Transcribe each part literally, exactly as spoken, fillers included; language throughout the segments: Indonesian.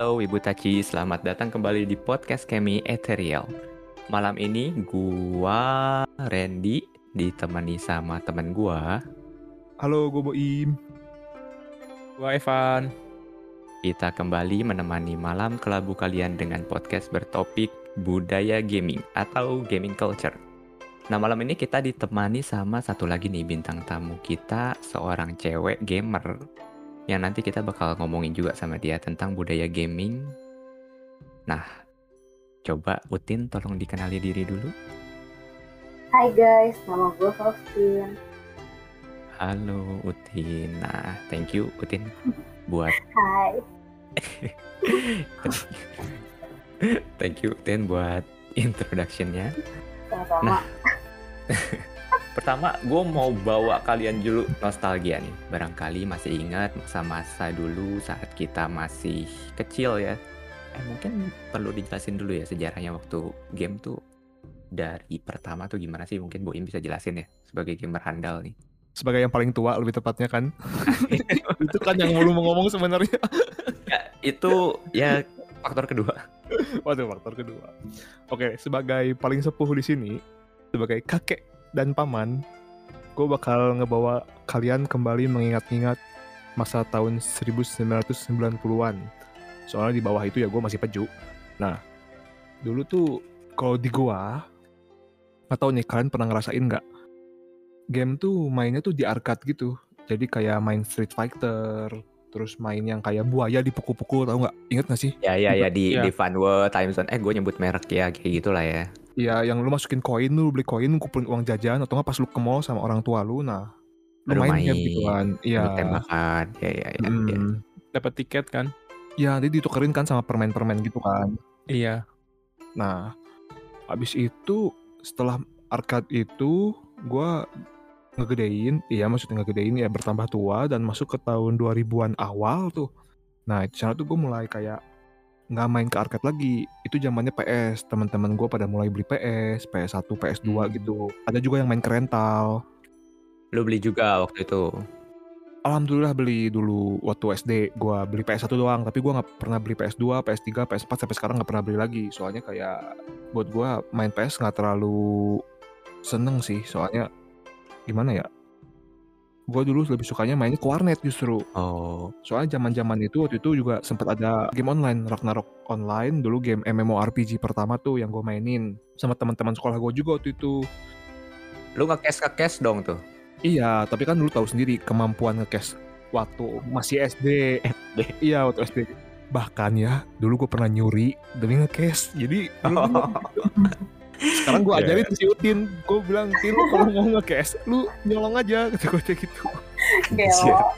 Halo Ibu Taci, selamat datang kembali di podcast kami Ethereal. Malam ini gua Randy ditemani sama teman gua. Halo, gue Boim. Gua Evan. Kita kembali menemani malam kelabu kalian dengan podcast bertopik budaya gaming atau gaming culture. Nah, malam ini kita ditemani sama satu lagi nih bintang tamu kita, seorang cewek gamer yang nanti kita bakal ngomongin juga sama dia tentang budaya gaming. Nah, coba Utin tolong dikenali diri dulu. Hai guys, nama gue Faustin. Halo Utin. Nah, thank you Utin buat Hai. thank you Utin buat introduction-nya. Sama-sama. Nah, pertama gue mau bawa kalian dulu nostalgia nih. Barangkali masih ingat masa-masa dulu saat kita masih kecil ya. Eh mungkin perlu dijelasin dulu ya sejarahnya waktu game tuh dari pertama tuh gimana sih? Mungkin Boim bisa jelasin ya sebagai gamer handal nih. Sebagai yang paling tua lebih tepatnya kan. Itu kan yang belum mau ngomong sebenarnya. Ya, itu ya faktor kedua. Waduh, faktor kedua. Oke, sebagai paling sepuh di sini, sebagai kakek dan paman, gue bakal ngebawa kalian kembali mengingat-ingat masa tahun seribu sembilan ratus sembilan puluhan. Soalnya di bawah itu ya gue masih peju. Nah, dulu tuh kalau di gua, gak tau nih kalian pernah ngerasain gak? Game tuh mainnya tuh di arcade gitu. Jadi kayak main Street Fighter, terus main yang kayak buaya dipukul-pukul, tau gak? Ingat gak sih? Ya ya ya di Ya. di Fun World, Time Zone. Eh gue nyebut merek ya kayak gitulah ya. Iya, yang lu masukin koin, lu beli koin, kumpulin uang jajan, atau nggak pas lu ke mall sama orang tua lu, nah lu Baru main main, game gitu kan. Iya. Lu tembakan. Ya ya ya. Mm. ya. Dapat tiket kan? Ya, jadi ditukerin kan sama permen-permen gitu kan. Iya. Nah, habis itu setelah arcade itu, gua ngegedein, iya maksudnya ngegedein ya bertambah tua dan masuk ke tahun dua ribuan awal tuh. Nah, di sana tuh gue mulai kayak nggak main ke arcade lagi. Itu zamannya P S. Teman-teman gue pada mulai beli P S, P S satu, P S dua Hmm. gitu. Ada juga yang main ke rental. Lu beli juga waktu itu. Alhamdulillah beli dulu waktu S D. Gue beli P S satu doang, tapi gue nggak pernah beli P S dua, P S tiga, P S empat sampai sekarang nggak pernah beli lagi. Soalnya kayak buat gue main P S nggak terlalu seneng sih. Soalnya gimana ya? Gue dulu lebih sukanya mainnya ke warnet justru. Oh, Soalnya zaman-zaman itu waktu itu juga sempat ada game online, Ragnarok online, dulu game MMORPG pertama tuh yang gue mainin sama teman-teman sekolah gue juga waktu itu. lu nge-cash nge-cash dong tuh. Iya, tapi kan dulu tahu sendiri kemampuan nge-cash waktu masih S D. Iya, waktu S D. Bahkan ya, dulu gue pernah nyuri demi nge-cash. Jadi dulu gitu. Sekarang gue ajarin si Utin, gue bilang, Tin, lu kalau mau nge-cash, lu nyolong aja, kata gue kayak gitu. Kecil. Gelo.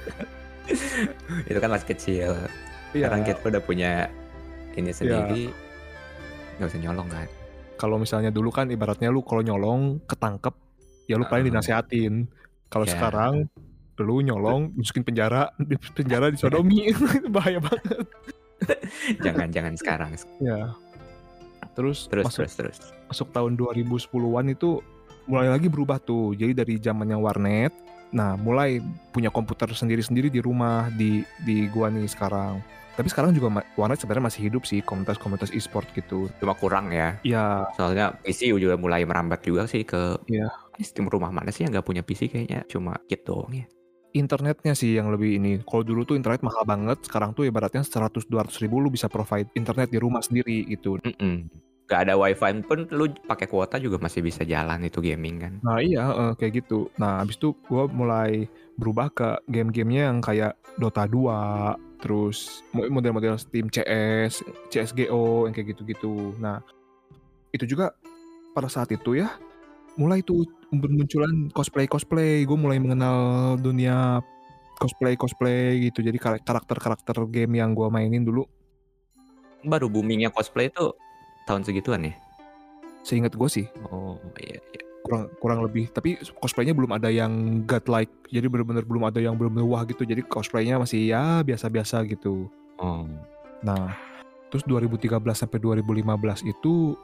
Itu kan masih kecil. Iya. Sekarang kita udah punya ini sendiri, nggak usah nyolong kan. Kalau misalnya dulu kan ibaratnya lu kalau nyolong ketangkep, ya lu paling Uh. dinasehatin. Kalau Ya. sekarang lu nyolong masukin penjara, di penjara disodomi. Bahaya banget. Jangan-jangan sekarang. Ya. Terus, Terus masuk terus terus. masuk tahun dua ribu sepuluhan itu mulai lagi berubah tuh. Jadi dari zamannya warnet, nah mulai punya komputer sendiri-sendiri di rumah di di gua nih sekarang. Tapi sekarang juga ma- warnet sebenarnya masih hidup sih, komunitas-komunitas e-sport gitu. Cuma kurang ya. Ya, Soalnya P C juga mulai merambat juga sih ke. Iya. Sistem rumah mana sih yang nggak punya P C kayaknya cuma kit doang ya. internetnya sih yang lebih ini. Kalau dulu tuh internet mahal banget, sekarang tuh ibaratnya seratus dua ratus ribu lu bisa provide internet di rumah sendiri gitu. Mm-mm. Gak ada wifi pun lu pakai kuota juga masih bisa jalan itu gaming kan. Nah iya eh, kayak gitu. Nah abis itu gue mulai berubah ke game-gamenya yang kayak Dota dua, terus mo- model-model Steam C S, C S G O yang kayak gitu-gitu. Nah itu juga pada saat itu ya mulai tuh bermunculan cosplay-cosplay. Gue mulai mengenal dunia cosplay-cosplay gitu. Jadi kar- karakter-karakter game yang gue mainin dulu, Baru boomingnya cosplay itu tahun segituan ya. seingat gue sih Oh iya iya. kurang kurang lebih. Tapi cosplaynya belum ada yang godlike. Jadi benar-benar belum ada yang benar-benar wah gitu. Jadi cosplaynya masih ya biasa-biasa gitu. Oh. Nah, terus dua ribu tiga belas sampai dua ribu lima belas itu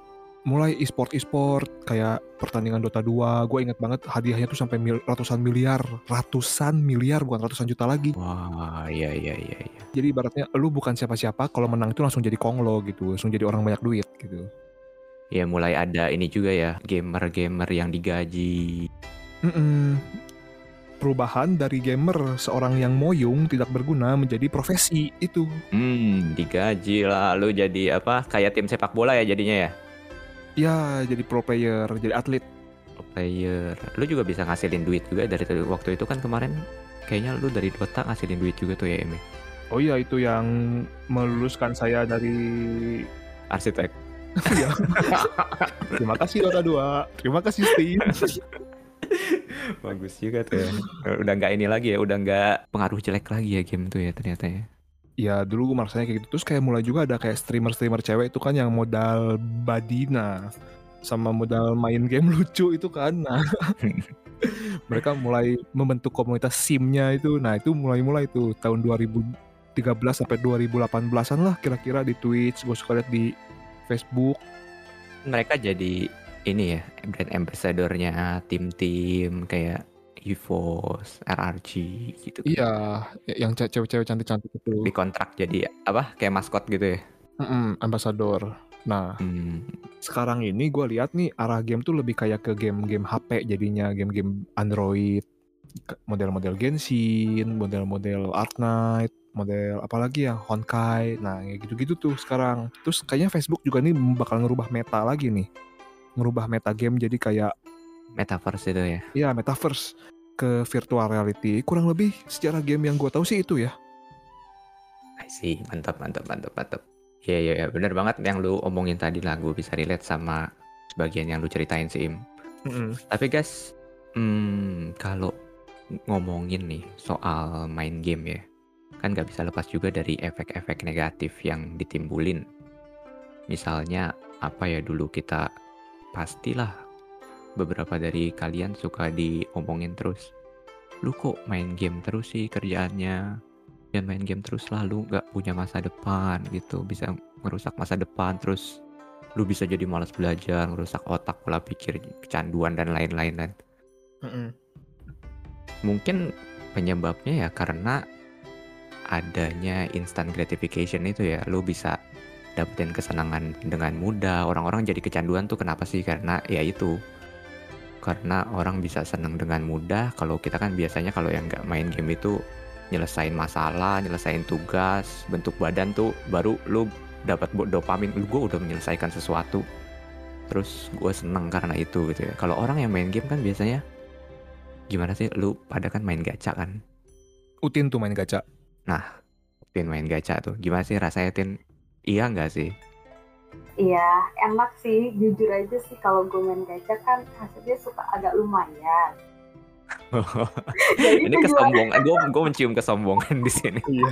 mulai e-sport e-sport kayak pertandingan Dota dua. Gue inget banget hadiahnya tuh sampai mil, ratusan miliar, ratusan miliar bukan ratusan juta lagi. Wah, iya iya iya iya. Jadi ibaratnya lu bukan siapa-siapa, kalau menang itu langsung jadi konglo gitu, langsung jadi orang banyak duit gitu. Ya mulai ada ini juga ya, gamer-gamer yang digaji. Mm-mm. Perubahan dari gamer seorang yang moyung tidak berguna menjadi profesi itu. Hmm, digaji lah. Lu jadi apa? Kayak tim sepak bola ya jadinya ya? Ya, jadi pro player, jadi atlet. Pro player. Lu juga bisa ngasilin duit juga dari waktu itu kan kemarin. Kayaknya lu dari Dota ngasilin duit juga tuh ya, Eme. Oh iya, itu yang meluluskan saya dari Arsitek. ya. Terima kasih Dota dua. Terima kasih Steam. Bagus juga tuh ya. Udah nggak ini lagi ya, udah nggak pengaruh jelek lagi ya game tuh ya ternyata ya. Ya dulu gue merasanya kayak gitu. Terus kayak mulai juga ada kayak streamer-streamer cewek itu kan yang modal badina sama modal main game lucu itu kan. Nah, mereka mulai membentuk komunitas simnya itu. Nah itu mulai-mulai tuh tahun dua ribu tiga belas sampai dua ribu delapan belasan lah kira-kira di Twitch. Gue suka lihat di Facebook. Mereka jadi ini ya, brand ambassador-nya tim-tim kayak EVOS, R R G gitu. Iya, yang ce- cewek-cewek cantik-cantik itu. Dikontrak jadi apa? Kayak maskot gitu ya. Mm-mm, ambassador. Nah, Hmm. sekarang ini gue lihat nih arah game tuh lebih kayak ke game-game H P jadinya, game-game Android, Ke- model-model Genshin, model-model Arknight, model apalagi ya Honkai. Nah, kayak gitu-gitu tuh sekarang. Terus kayaknya Facebook juga nih bakal ngerubah meta lagi nih. Ngerubah meta game jadi kayak Metaverse itu ya. ya metaverse ke virtual reality. Kurang lebih secara game yang gue tahu sih itu ya. I see, mantap mantap mantap mantap. Iya iya ya, bener banget yang lu omongin tadi lah, gue bisa relate sama sebagian yang lu ceritain sih Im. Mm-mm. Tapi guys, hmm, kalau ngomongin nih soal main game ya, kan gak bisa lepas juga dari efek-efek negatif yang ditimbulin. Misalnya apa ya, dulu kita pastilah beberapa dari kalian suka diomongin terus, lu kok main game terus sih kerjaannya, dan main game terus lalu gak punya masa depan gitu, bisa merusak masa depan, terus lu bisa jadi malas belajar, merusak otak, pola pikir, kecanduan dan lain-lain. Dan Mm-mm. mungkin penyebabnya ya karena adanya instant gratification itu ya, lu bisa dapetin kesenangan dengan mudah. Orang-orang jadi kecanduan tuh kenapa sih? Karena ya itu, karena orang bisa senang dengan mudah. Kalau kita kan biasanya kalau yang nggak main game itu nyelesain masalah, nyelesain tugas, bentuk badan tuh baru lu dapat dopamin, lu gue udah menyelesaikan sesuatu, terus gue seneng karena itu gitu ya. Kalau orang yang main game kan biasanya gimana sih, lu pada kan main gacha kan? Utin tuh main gacha. Nah, Tin main gacha tuh gimana sih rasanya Tin? Iya nggak sih? Iya, enak sih. Jujur aja sih kalau gue main gacha kan hasilnya suka agak lumayan. Jadi Ini tujuan kesombongan, gue gue mencium kesombongan di sini. Iya.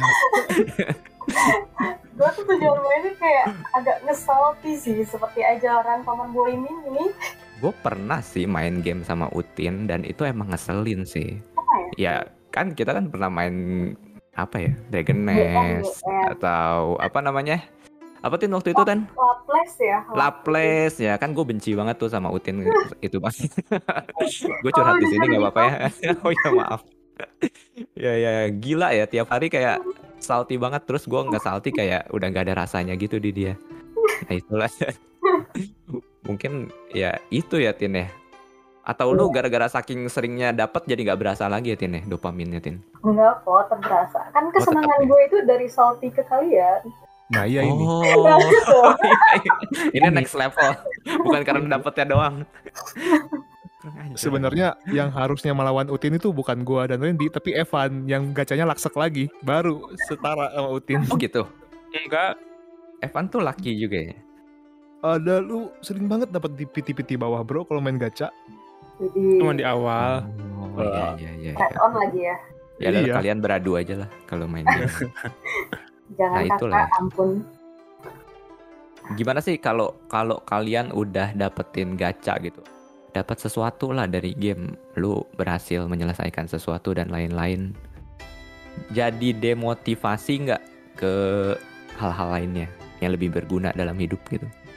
gue tuh tujuan mainnya kayak agak ngesalty sih, seperti ajaran paman gue ini ini. Gue pernah sih main game sama Utin dan itu emang ngeselin sih. Apa ya? Ya kan kita kan pernah main apa ya, Dragon G M, Nest G M. atau apa namanya? Apa Tin waktu itu Tan? Laples ya. Laples ya kan, gue benci banget tuh sama Utin itu pas. Gue Oh, curhat di udah sini jadi nggak apa-apa ya. gitu. Oh ya maaf. Ya ya ya, gila ya, tiap hari kayak salty banget, terus gue nggak salty kayak udah nggak ada rasanya gitu di dia. Nah itulah. Mungkin ya itu ya Tin ya. Atau lu gara-gara saking seringnya dapat jadi nggak berasa lagi ya Tin ya, dopaminnya Tin? Enggak kok, terberasa. Kan kesenangan tetap ya? gue itu dari salty ke kalian. Nah iya ini. Oh, Nah, gitu. ini next level, bukan karena dapetnya doang. Sebenarnya yang harusnya melawan Utin itu bukan gua dan Randy, tapi Evan yang gacanya laksek lagi, baru setara sama Utin. Oh gitu. Enggak. Evan tuh laki juga ya. Ada lu sering banget dapat di P T P T bawah bro kalau main gacha. Jadi Cuma di awal. Oh iya iya iya. add on lagi ya. Ya lalu Iya. kalian beradu aja lah kalau main game. Jangan Nah, itulah. kakak, ampun. Gimana sih kalau kalau kalian udah dapetin gacha gitu, dapat sesuatu lah dari game, lu berhasil menyelesaikan sesuatu dan lain-lain, jadi demotivasi nggak ke hal-hal lainnya yang lebih berguna dalam hidup gitu?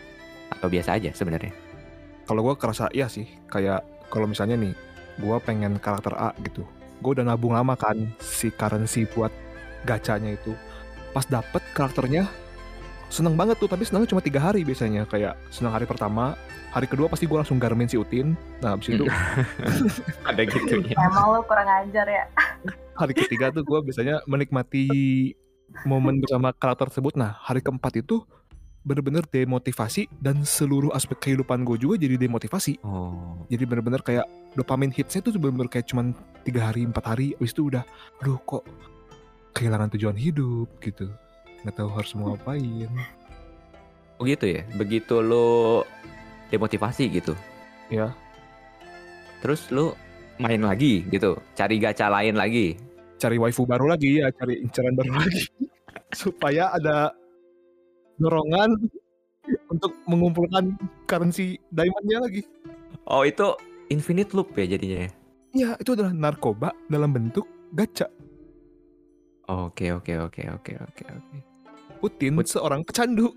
Atau biasa aja sebenarnya? Kalau gue kerasa iya sih, kayak kalau misalnya nih, gue pengen karakter A gitu, gue udah nabung lama kan si currency buat gacanya itu. Pas dapet karakternya, seneng banget tuh, tapi senengnya cuma tiga hari biasanya. Kayak seneng hari pertama, hari kedua pasti gue langsung garmin si Utin. Nah abis itu Ada gitu ya. Emang lo kurang ajar ya. hari ketiga tuh gue biasanya menikmati momen bersama karakter tersebut. Nah hari keempat itu bener-bener demotivasi, dan seluruh aspek kehidupan gue juga jadi demotivasi. Oh. Jadi bener-bener kayak dopamin hitsnya tuh bener-bener kayak cuman tiga hari, empat hari, abis itu udah, aduh kok kehilangan tujuan hidup gitu, nggak tahu harus mau ngapain. Oh gitu ya. Begitu lo demotivasi gitu. Ya. Terus lo main lagi gitu, cari gacha lain lagi. Cari waifu baru lagi ya, cari inceran baru lagi supaya ada dorongan untuk mengumpulkan currency diamond-nya lagi. Oh itu infinite loop ya jadinya ya? Iya, itu adalah narkoba dalam bentuk gacha. Oke oke oke oke oke oke. Putin Put- seorang pecandu.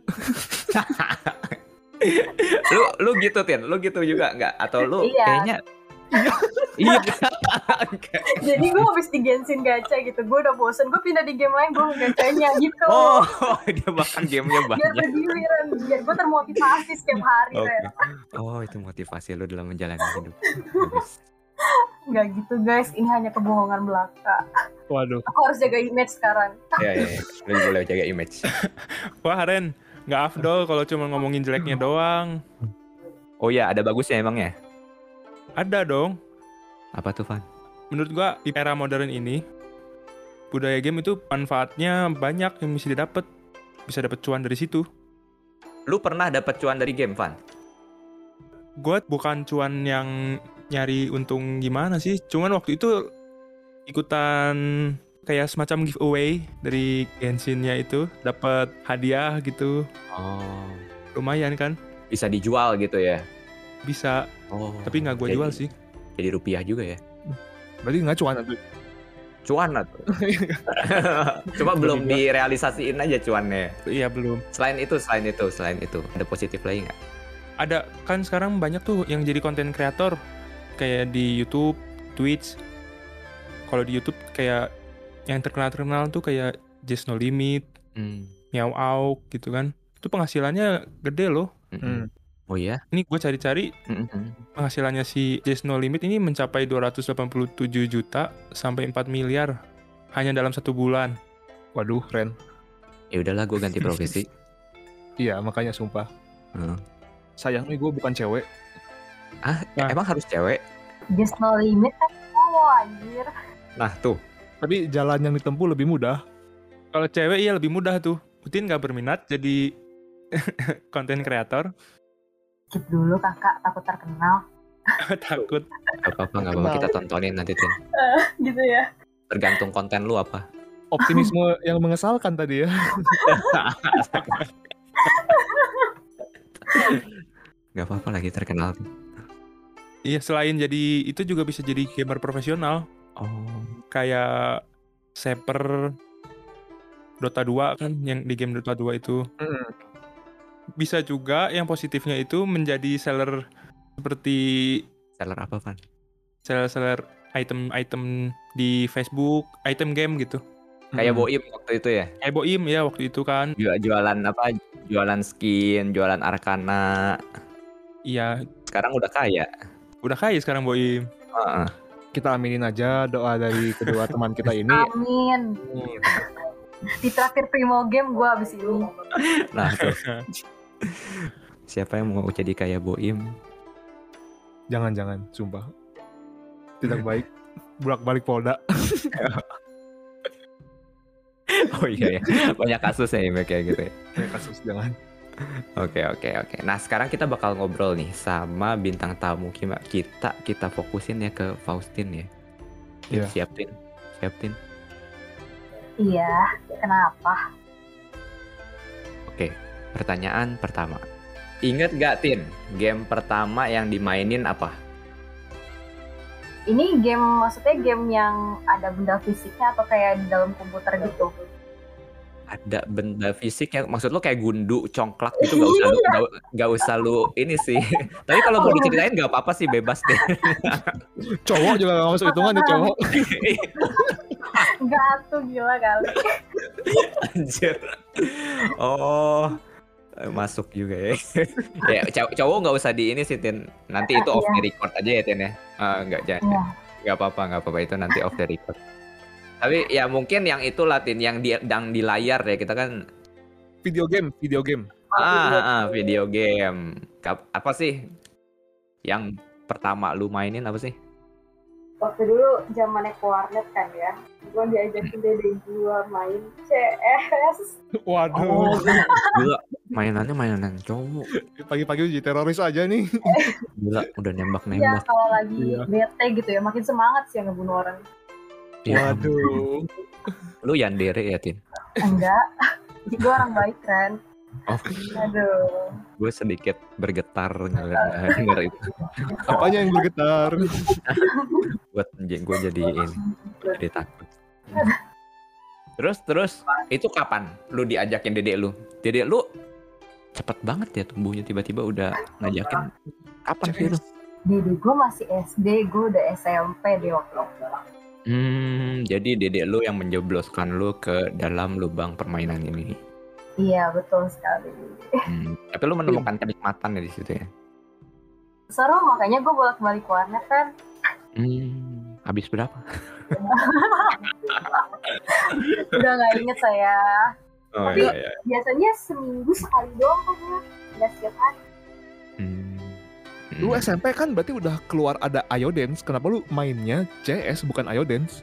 lu lu gitu Tin, lu gitu juga nggak? Atau lu Iya. kayaknya iya. Jadi gue habis di Genshin gacha gitu, gue udah bosen, gue pindah di game lain, gue gacanya gitu. Oh dia bahkan gamenya Biar banyak. bergiliran, biar gue termotivasi setiap hari. Oke. Kayak. Oh itu motivasi lu dalam menjalani hidup. Bagus. Nggak gitu guys, ini hanya kebohongan belaka. Waduh. Aku harus jaga image sekarang. Ya ya, ya. Lu boleh jaga image. Wah Ren, nggak afdol kalau cuma ngomongin jeleknya doang. Oh ya, ada bagusnya emang ya? Ada dong. Apa tuh, Van? Menurut gua di era modern ini, budaya game itu manfaatnya banyak yang bisa didapat. Bisa dapat cuan dari situ. Lu pernah dapat cuan dari game, Van? Gua bukan cuan yang nyari untung gimana sih. Cuman waktu itu ikutan kayak semacam giveaway dari Genshin-nya itu, dapat hadiah gitu. Oh. Lumayan kan? Bisa dijual gitu ya? Bisa, Oh. tapi nggak gua jadi- jual sih. Jadi rupiah juga ya? Berarti nggak cuan tuh. Cuan lah tuh. Cuma belum direalisasiin aja cuannya. Iya belum. Selain itu, selain itu, selain itu, ada positif lagi nggak? Ada kan sekarang banyak tuh yang jadi konten kreator kayak di YouTube, Twitch. Kalau di YouTube kayak yang terkenal-terkenal tuh kayak Just No Limit, Hmm. Meow Auk gitu kan. Itu penghasilannya gede loh. Mm-mm. Oh iya? Ini gue cari-cari Mm-mm. penghasilannya si Just No Limit ini mencapai dua ratus delapan puluh tujuh juta sampai empat miliar hanya dalam satu bulan. Waduh, Ren. Ya udahlah, gue ganti profesi. Iya, makanya sumpah. Hmm. Sayangnya gue bukan cewek. Ah, Nah. emang harus cewek? Just No Limit kan cowok anjir. Nah tuh. Tapi jalan yang ditempuh lebih mudah. Kalau cewek iya lebih mudah tuh. Putin gak berminat jadi konten kreator. Skip dulu kakak, takut terkenal. Takut. Gak apa-apa, gak apa-apa. Kita tontonin nanti, Tin. Gitu ya. Tergantung konten lu apa. Optimisme yang mengesalkan tadi ya. Gak apa-apa lagi terkenal. Iya, selain jadi itu juga bisa jadi gamer profesional. Oh. Kayak Saper, Dota dua kan, yang di game Dota dua itu. Bisa juga yang positifnya itu menjadi seller seperti Seller apa, Van? seller-seller item-item di Facebook, item game gitu. Kayak Hmm. Boim waktu itu ya? Kayak Boim ya waktu itu kan. Ju- Jualan apa? Jualan skin, jualan Arcana. Iya, Sekarang udah kaya. udah kaya sekarang Boim. Heeh. Kita aminin aja doa dari kedua teman kita ini. Amin. Di traktir Primo Game gue abis ini. Nah tuh. Siapa yang mau jadi kayak Boim? Jangan-jangan, sumpah. Tidak baik. Bolak-balik Polda. Oh iya ya, banyak kasus ya kayak gitu ya. Kayak kasus, jangan. Oke oke oke. Nah sekarang kita bakal ngobrol nih sama bintang tamu kita. Kita kita fokusin ya ke Faustin ya. Iya. Siapin, siapin. Iya, kenapa? Oke, pertanyaan pertama. Ingat gak Tin, game pertama yang dimainin apa? Ini game, maksudnya game yang ada benda fisiknya atau kayak di dalam komputer gitu? ada benda fisik yang maksud lo kayak gundu, congklak gitu nggak usah lu nggak nggak usah lu ini sih. Tapi kalau mau diceritain nggak apa-apa sih, bebas deh. Cowok juga nggak masuk hitungan nih cowok. Enggak tuh, gila kali. Anjir. Oh, masuk juga ya. Ya cow- cowok nggak usah di ini sih Tin. Nanti itu off the record aja ya Tin ya. Ah, nggak jangan. Iya. Nggak apa-apa nggak apa-apa itu nanti off the record. Tapi ya mungkin yang itu Latin yang di yang di layar ya kita kan Video game, video game. ah, ah video game. Kap- Apa sih yang pertama lu mainin apa sih? Waktu dulu zamannya ke warnet kan ya, gue diajakin dede gue main C S. Waduh, Gila, mainannya mainan cowok. pagi-pagi uji teroris aja nih. Gila, udah Iya, nembak-nembak. kalau lagi Iya. bete gitu ya, makin semangat sih yang ngebunuh orang. Ya, Waduh. lu yandere ya Tin? Enggak, gue orang baik kan. Oh, Aduh. gue sedikit bergetar denger denger itu. Apanya yang bergetar? Buat anjing gue jadi ini, jadi takut. Terus terus itu kapan lu diajakin dedek lu? Dedek lu cepet banget ya tumbuhnya tiba-tiba udah ngajakin. Kapan sih lu? Dede gue masih S D, gue udah S M P deh waktu itu. Hmm, jadi dedek lu yang menjebloskan lu ke dalam lubang permainan ini. Iya, betul sekali. Hmm, tapi lu menemukan kenikmatan ya di situ ya. Seru, makanya gue bolak-balik ke warnet kan. Hmm, habis berapa? Udah gak inget saya. Oh Tapi iya iya. biasanya seminggu sekali doang kan ya. Gak setiap hari. Hmm. Lu S M P kan berarti udah keluar ada Ayo Dance. Kenapa lu mainnya C S bukan Ayo Dance?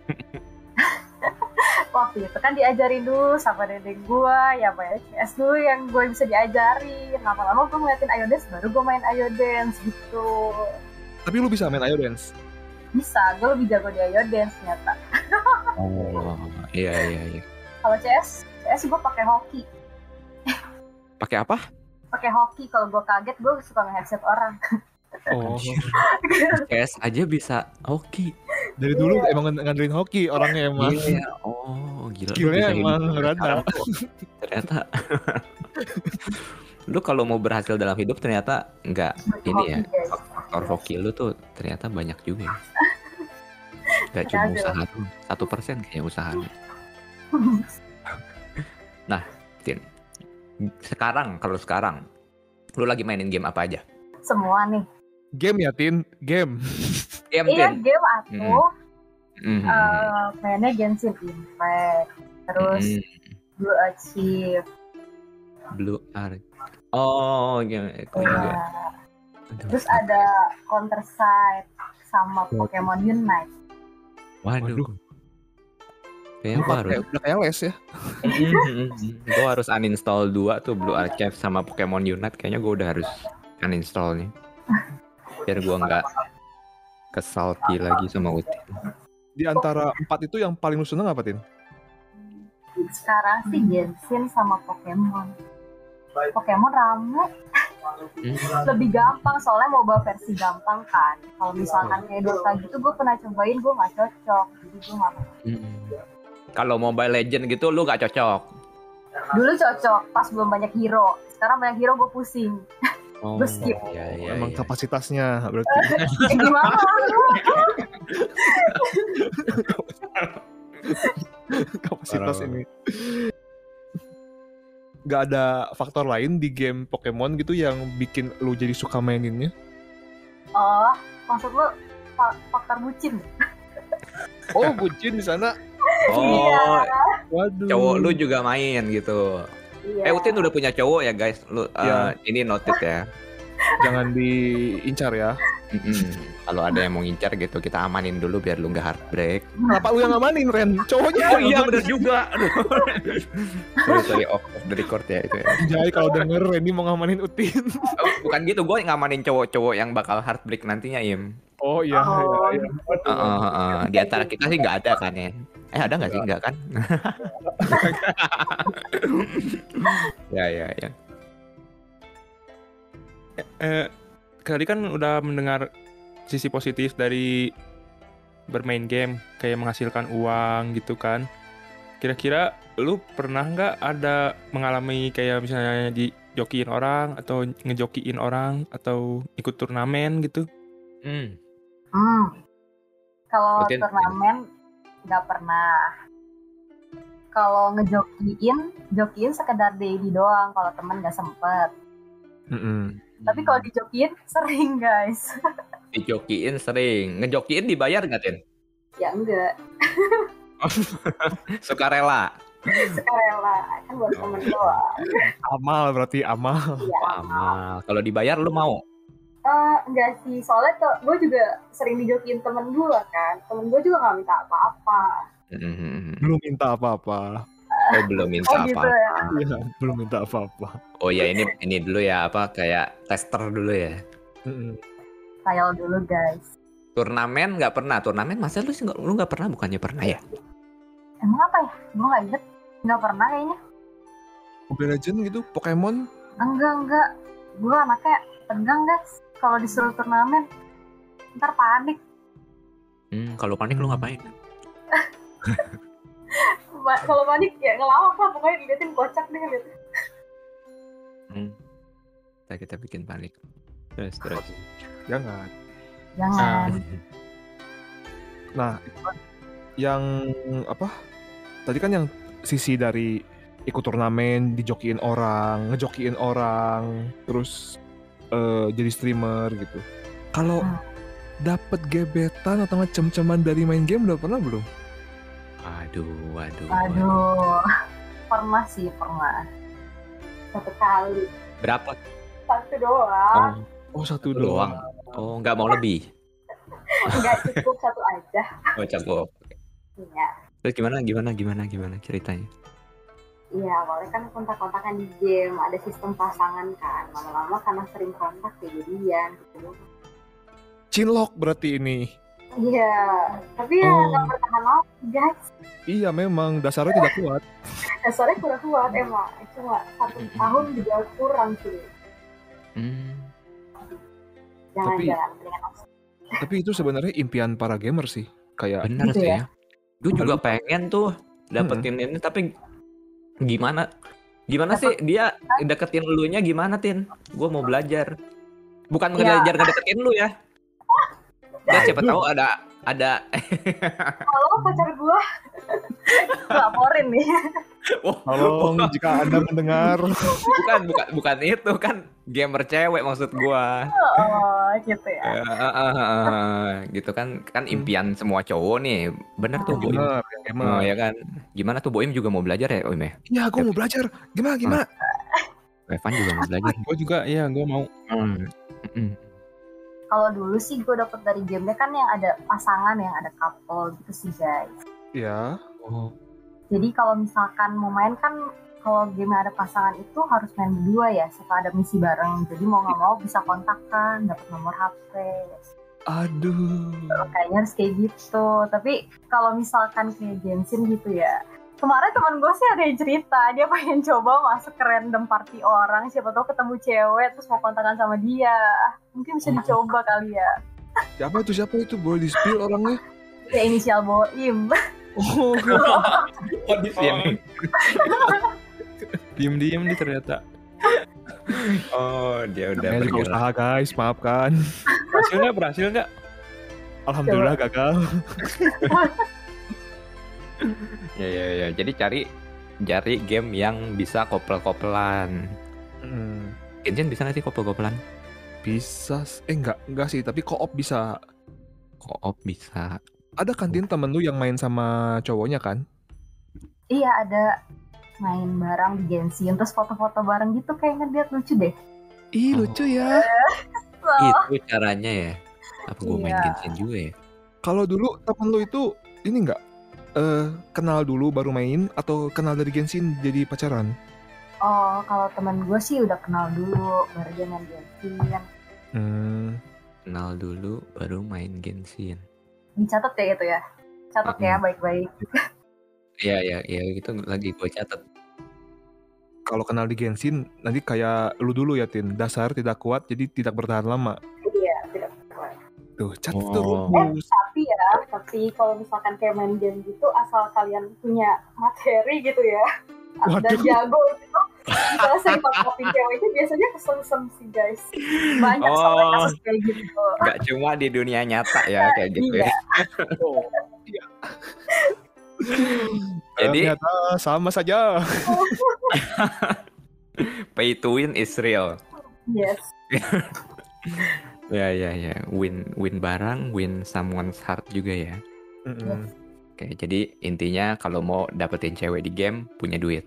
Waktu itu kan diajarin dulu sama dedek gue, ya Pak, C S dulu yang gue bisa diajarin. Lama-lama gue ngeliatin Ayo Dance, baru gue main Ayo Dance gitu. Tapi lu bisa main Ayo Dance. Bisa, gue lebih jago di Ayo Dance ternyata. Oh iya iya iya. Kalau C S, C S gue pakai hoki. Pakai apa? Pakai hoki, kalau gue kaget gue suka nge-headset orang. Oh, C S aja bisa hoki. dari dulu emang ngandelin hoki orangnya emang. Iya. Oh gila. Skillnya Lu bisa emang hidup rada. sekarang tuh. Ternyata. Lu kalau mau berhasil dalam hidup ternyata nggak ini ya. Hoki, guys. Faktor hoki lu tuh ternyata banyak juga ya. Gak cuma Ada. usaha tuh. Satu persen kayak usahanya. Nah, Tin. Sekarang, kalau sekarang. Lu lagi mainin game apa aja? Semua nih. Game ya, Tin. Game. Game, Iya, Tin. game atuh. Mhm. Eh, mainnya Genshin Impact. Terus Mhm. Blue Achieve. Blue Ark. Oh, game itu Iya. juga. Aduh. Terus ada Counter Strike sama Pokemon Unite. Waduh. Waduh. Kayaknya Lu gua pakai harus udah kayak les ya. gue harus uninstall dua tuh Blue Archive sama Pokemon Unite. Kayaknya gue udah harus uninstall nih biar gue nggak kesalty lagi sama Utin. Di antara empat itu yang paling lu seneng apa, Tin? Sekarang sih Genshin sama Pokemon. Pokemon rame, Hmm. lebih gampang soalnya mau bawa versi gampang kan. Kalau misalkan kayak Dota gitu gue pernah cobain, gue nggak cocok, jadi gue nggak mau. Hmm. Kalau Mobile Legend gitu lu nggak cocok. Dulu cocok pas belum banyak hero, sekarang banyak hero gue pusing. Oh, Gue skip. iya, iya, Emang iya. kapasitasnya berarti. Eh, gimana? Kapasitas Parah. ini. Gak ada faktor lain di game Pokemon gitu yang bikin lu jadi suka maininnya? Oh, maksud lu fa- faktor bucin? Oh, bucin di sana. Oh, Iya. Waduh. cowok lu juga main gitu. Iya. Eh, Utin udah punya cowok ya guys. Lu uh, Iya. ini noted ya. Jangan diincar ya. Mm-mm. Kalau ada yang mau ngincar gitu, kita amanin dulu biar lu nggak heartbreak. Kenapa lu yang ngamanin, Ren? Cowoknya. Oh iya bener juga. Aduh. sorry, sorry off, off the record ya itu ya. Jadi kalau denger Randy mau ngamanin Utin. Oh, bukan gitu, gue ngamanin cowok-cowok yang bakal heartbreak nantinya, Im. Oh iya, Oh. iya, iya. Uh, uh, uh. Di antara kita sih nggak ada kan ya? Eh ada nggak sih? Nggak kan? ya ya ya. Eh, tadi kan udah mendengar sisi positif dari bermain game, kayak menghasilkan uang gitu kan. kira-kira lu pernah nggak ada mengalami kayak misalnya dijokiin orang atau ngejokiin orang atau ikut turnamen gitu? Hmm. Hmm. Kalau Berarti- turnamen nggak pernah. Kalau ngejokiin, jokiin sekedar daily doang. Kalau temen nggak sempet. Mm-mm. Tapi kalau dijokiin sering guys. Dijokiin sering. Ngejokiin dibayar nggak, Tin? Ya enggak. Sukarela. Sukarela kan buat temen doang. Amal berarti amal. Iya. Amal. Kalau dibayar lu mau? Eh, enggak sih, soalnya tuh gue juga sering dijokiin temen gue kan. Temen gue juga nggak minta apa-apa. Mhm. Belum minta apa-apa. Oh, belum minta Oh gitu apa-apa. ya. Iya, belum minta apa-apa. Oh ya, ini ini dulu ya, apa kayak tester dulu ya. Mm-mm. Trial dulu guys. Turnamen nggak pernah. Turnamen masa lu sih nggak- lu nggak pernah, bukannya pernah ya? Emang apa ya? Gue nggak inget. Nggak pernah kayaknya. Mobile Legends gitu, Pokemon. Enggak enggak. Gue anaknya tegang guys. Kalau disuruh turnamen, ntar panik. Hmm, kalau panik lu ngapain? Ma- kalau panik ya ngelawak lah, pokoknya diliatin kocak deh liat. Hmm. Kita kita bikin panik. Terus terus. Jangan. Jangan. Nah, yang apa? Tadi kan yang sisi dari ikut turnamen, dijokiin orang, ngejokiin orang, terus eh, jadi streamer gitu. Kalau Hmm. dapet gebetan atau ngecem-ceman dari main game udah pernah belum? Aduh, waduh. Aduh. Pernah sih, pernah. Satu kali. Berapa? Satu doang. Oh, Oh, satu satu doang. Oh, nggak mau lebih. Enggak cukup satu aja. Oh, cukup. Iya. Terus gimana gimana gimana gimana ceritanya? Iya, awalnya kan kontak-kontakan di game, ada sistem pasangan kan. Lama-lama karena sering kontak ya jadian gitu. Cinlok berarti ini. Iya, tapi ya Oh. nggak bertahan lama guys. Iya, memang dasarnya tidak kuat. Dasarnya kurang kuat emang. Cuma satu tahun juga kurang sih. Hmm. Jangan-jangan mendingan langsung. Tapi itu sebenarnya impian para gamer sih. Kayak Benar Gitu sih ya? ya. Gue juga pengen tuh dapetin ini, tapi gimana? Gimana sih dia deketin elunya gimana, Tin? Gue mau belajar. Bukan Ya. belajar ngedeketin lu ya. Ya siapa tahu ada ada Kalau pacar gua laporin nih. oh, tolong jika Anda mendengar. bukan bukan bukan itu kan gamer cewek maksud gua. Oh, gitu ya. Eh, eh, eh, eh, eh, gitu kan kan impian semua cowok nih. Bener tuh Boim. Gamer, gamer. Oh ya kan. Gimana tuh Boim juga mau belajar ya, Oim ya? Iya, gue mau belajar. Gimana, gimana? Evan juga mau belajar. Gue juga, iya gue mau. Hmm. Mm-mm. Kalau dulu sih gue dapet dari gamenya kan yang ada pasangan, yang ada couple gitu sih guys. Iya. Oh. Jadi kalau misalkan mau main kan, kalau game ada pasangan itu harus main berdua ya, setelah ada misi bareng. Jadi mau nggak mau bisa kontakkan, dapat nomor H P. Aduh. Kayaknya harus kayak gitu. Tapi kalau misalkan kayak Genshin gitu ya, kemarin teman gue sih ada yang cerita, dia pengen coba masuk ke random party orang, siapa tahu ketemu cewek terus mau kontakan sama dia. Mungkin bisa dicoba kali ya. Siapa itu? Siapa itu? Boleh di-spill orangnya? Kayak inisial Boim. Oh, Oh, di sini. Diem-diem nih ternyata. Oh, dia udah namanya juga bergerak. usaha guys, maafkan. Berhasil nggak? Berhasil nggak? Alhamdulillah gagal. Ya ya ya. Jadi cari cari game yang bisa kopel-kopelan. Hmm, Genshin bisa nggak sih kopel-kopelan? bisa, s- eh enggak, enggak sih, tapi co-op bisa. Co-op bisa. Ada kantin temen lu yang main sama cowoknya kan? Iya, ada main bareng di Genshin, terus foto-foto bareng gitu, kayak ngeliat lucu deh. Ih, Oh. lucu ya. So, Itu caranya ya. Apa gue main Iya. Genshin juga ya? Kalau dulu temen lu itu ini enggak eh kenal dulu baru main atau kenal dari Genshin jadi pacaran? oh, kalau teman gue sih udah kenal dulu, baru dia main Genshin. Hmm. Kenal dulu baru main Genshin. Dicatat ya gitu ya. Catat ya baik-baik. Iya ya, iya itu lagi gue catat. Kalau kenal di Genshin nanti kayak lu dulu ya Tin, dasar tidak kuat jadi tidak bertahan lama. Iya, tidak kuat. Tuh, catat Oh. tuh Eh, rumus. tapi ya, tapi kalau misalkan kayak main game gitu, asal kalian punya materi gitu ya, dan Waduh. jago gitu, bisa sering cewek itu biasanya kesem-sem sih guys. Banyak Oh. soalnya kasus kayak gitu. Nggak cuma di dunia nyata ya kayak gitu Iya. ya. Oh, iya. Jadi Ternyata sama saja. pay to win is real. Yes. Ya ya ya, win win barang, win someone's heart juga ya. Mm-mm. Oke, jadi intinya kalau mau dapetin cewek di game punya duit.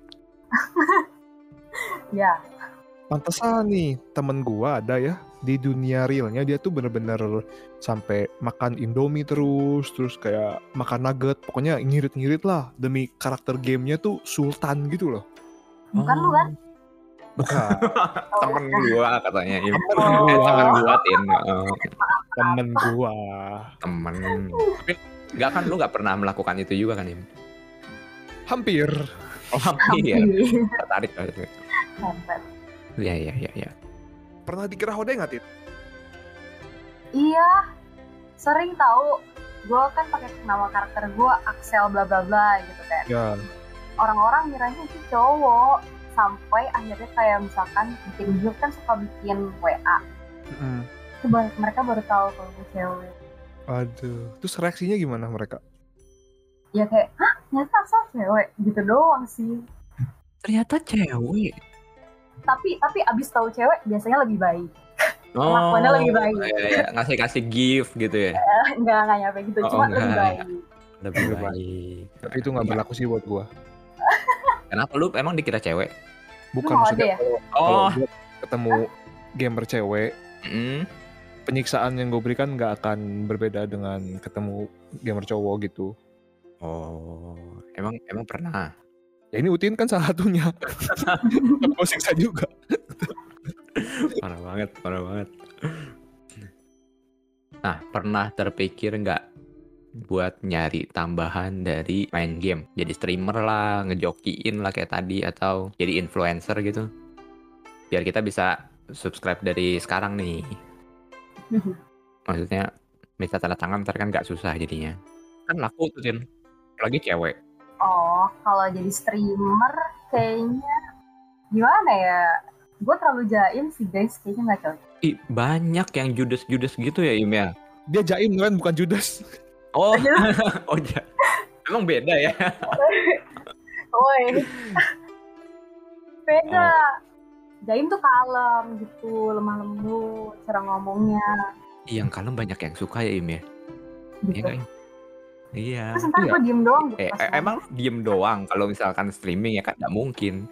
Ya. Pantesan nih temen gua ada ya di dunia realnya dia tuh bener-bener sampai makan Indomie terus terus kayak makan nugget, pokoknya ngirit-ngirit lah demi karakter gamenya tuh sultan gitu loh. Bukan lu kan? Bukan. Temen gua katanya. Im. Temen Eh, gua. temen gua Tin. Oh, Temen gua. temen. Tapi nggak kan lu nggak pernah melakukan itu juga kan Im? Hampir. Oh hampir ya. Hampir. Tertarik banget. Hampir. Ya ya ya ya. Pernah dikira hode nggak, Tit? Iya, sering tahu. Gue kan pakai nama karakter gue Axel bla bla bla gitu kan. Ya. Orang-orang ngiranya itu cowok, sampai akhirnya kayak misalkan bikin grup kan suka bikin W A. Mm-mm. Itu baru- mereka baru tahu kalau gue cewek. Aduh. Terus reaksinya gimana mereka? Ya kayak, hah ternyata Axel cewek gitu doang sih. Ternyata cewek. Tapi tapi abis tahu cewek biasanya lebih baik. Oh, Kelakuannya lebih baik. iya, iya. Ngasih-kasih gift gitu ya. Enggak enggak nyampe gitu, Oh, cuma enggak. lebih baik. Lebih Lebih baik. Tapi itu nggak berlaku sih buat gua. Kenapa lu emang dikira cewek? Bukan Lu mau maksudnya ada ya? kalau kalau Oh. gua ketemu gamer cewek, Mm. penyiksaan yang gue berikan nggak akan berbeda dengan ketemu gamer cowok gitu. Oh, emang emang pernah. Ya ini Utin kan salah satunya. Gue siksa juga. Parah banget, parah banget. Nah, pernah terpikir nggak buat nyari tambahan dari main game? Jadi streamer lah, ngejokiin lah kayak tadi, atau jadi influencer gitu? Biar kita bisa subscribe dari sekarang nih. Maksudnya, bisa tanda tangan ntar kan nggak susah jadinya. Kan laku tuh, Tin. Apalagi cewek. Oh, kalau jadi streamer kayaknya gimana ya? Gue terlalu jaim sih guys, kayaknya nggak cocok. Ih, banyak yang judes-judes gitu ya, Im ya? Dia jaim kan bukan Judas. Oh, oh ja. Emang beda ya? Woi, beda. Jaim tuh kalem gitu, lemah lembut, cara ngomongnya Yang kalem banyak yang suka ya, Im ya? Iya gitu. nggak, Im? Iya. Terus ntar Iya. gue diem doang gitu. Eh, pas eh, ngomong. emang diem doang kalau misalkan streaming ya kan nggak mungkin.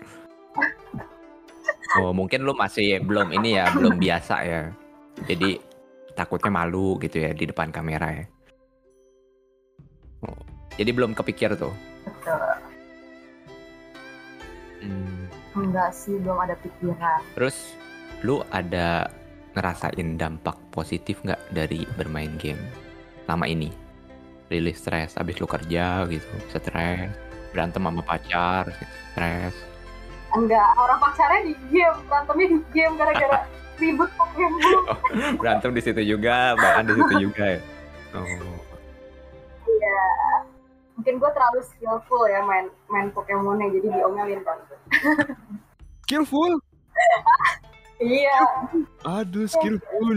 Oh, mungkin lu masih belum ini ya, belum biasa ya. Jadi takutnya malu gitu ya di depan kamera ya. Oh, jadi belum kepikir tuh. Betul. Hmm, Enggak sih, belum ada pikiran. Terus lu ada ngerasain dampak positif nggak dari bermain game lama ini? Rilis stres abis lu kerja gitu, stres, berantem sama pacar, stres. Enggak, orang pacarnya di game, berantemnya di game gara-gara ribut Pokemon. Berantem di situ juga, bahkan di situ juga ya. Oh. Iya. Mungkin gue terlalu skillful ya main main Pokemonnya, jadi diomelin kan. Skillful. Iya. Aduh, skillful.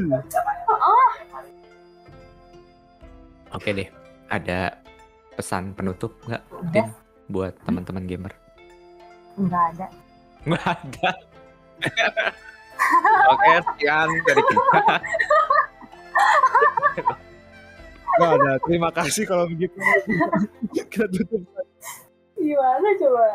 Oke deh, ada pesan penutup nggak, Tin, buat teman-teman gamer? Enggak ada. Nggak ada. Oke, sekian dari kita. Nggak ada. Terima kasih kalau begitu. Kita tutup. Gimana coba?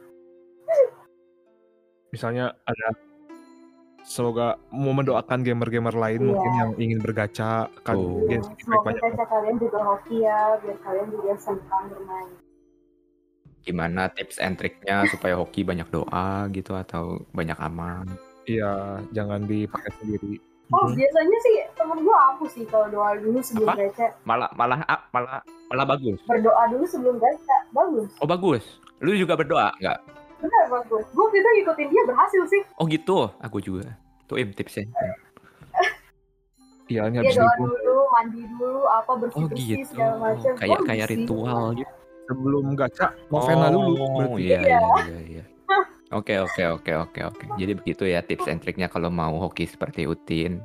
Misalnya ada, semoga mau mendoakan gamer-gamer lain Iya. mungkin yang ingin bergacha kan Oh. game Semoga banyak. kaca kalian juga hoki ya, biar kalian juga senang bermain. Gimana tips and triknya supaya hoki banyak doa gitu atau banyak amal? Iya, jangan dipakai sendiri. Oh, Mhm. biasanya sih temen gue ampuh sih kalau doa dulu sebelum Apa? gacha. Malah malah ah, malah malah bagus. Berdoa dulu sebelum gacha, bagus. Oh bagus. Lu juga berdoa nggak? Benar bagus. Gue kita ngikutin dia berhasil sih. Oh gitu. Aku juga. Tuh Im tipsnya. Iya, ini Dia habis doa libur. dulu, mandi dulu, apa Oh bersih-bersih gitu, segala macam. kayak Bagus kayak sih. ritual gitu. Sebelum gacha novena dulu Oh berarti. iya iya iya iya. Oke oke oke oke oke. Jadi begitu ya tips and triknya kalau mau hoki seperti Utin.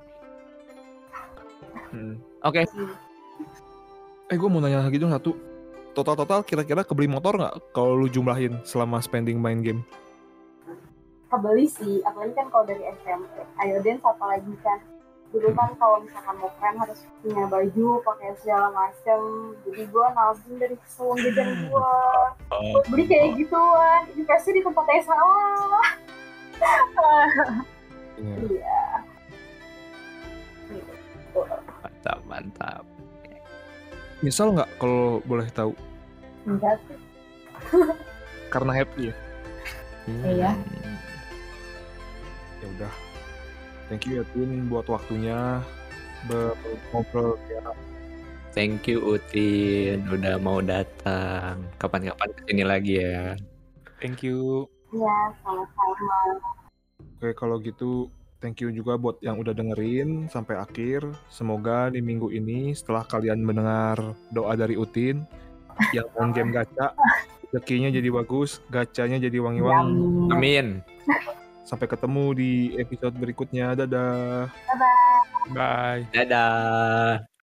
Hmm. Oke. Eh gue mau nanya lagi dong satu. Total-total kira-kira kebeli motor nggak kalau lu jumlahin selama spending main game? Kebeli sih, apalagi kan kalau dari S M P. Ayo dance apalagi kan. Dulu kan kalau misalkan mau keren harus punya baju, pakai segala macam. Jadi gue nabung dari uang jajan gue buat beli kayak gituan. Investasi di tempat yang salah. Iya. Iya. Gitu. Mantap mantap. Nyesal nggak kalau boleh tahu? Enggak sih. Karena happy ya. Iya. Hmm. Ya udah. Thank you ya Tin buat waktunya ngobrol ya. Thank you Utin udah mau datang. Kapan-kapan kesini lagi ya. Thank you. Iya, sama-sama. Oke kalau gitu thank you juga buat yang udah dengerin sampai akhir. Semoga di minggu ini setelah kalian mendengar doa dari Utin yang main game gacha, rezekinya jadi bagus, gacanya jadi wangi-wangi. Amin. Amin. Sampai ketemu di episode berikutnya. Dadah. Bye. Dadah.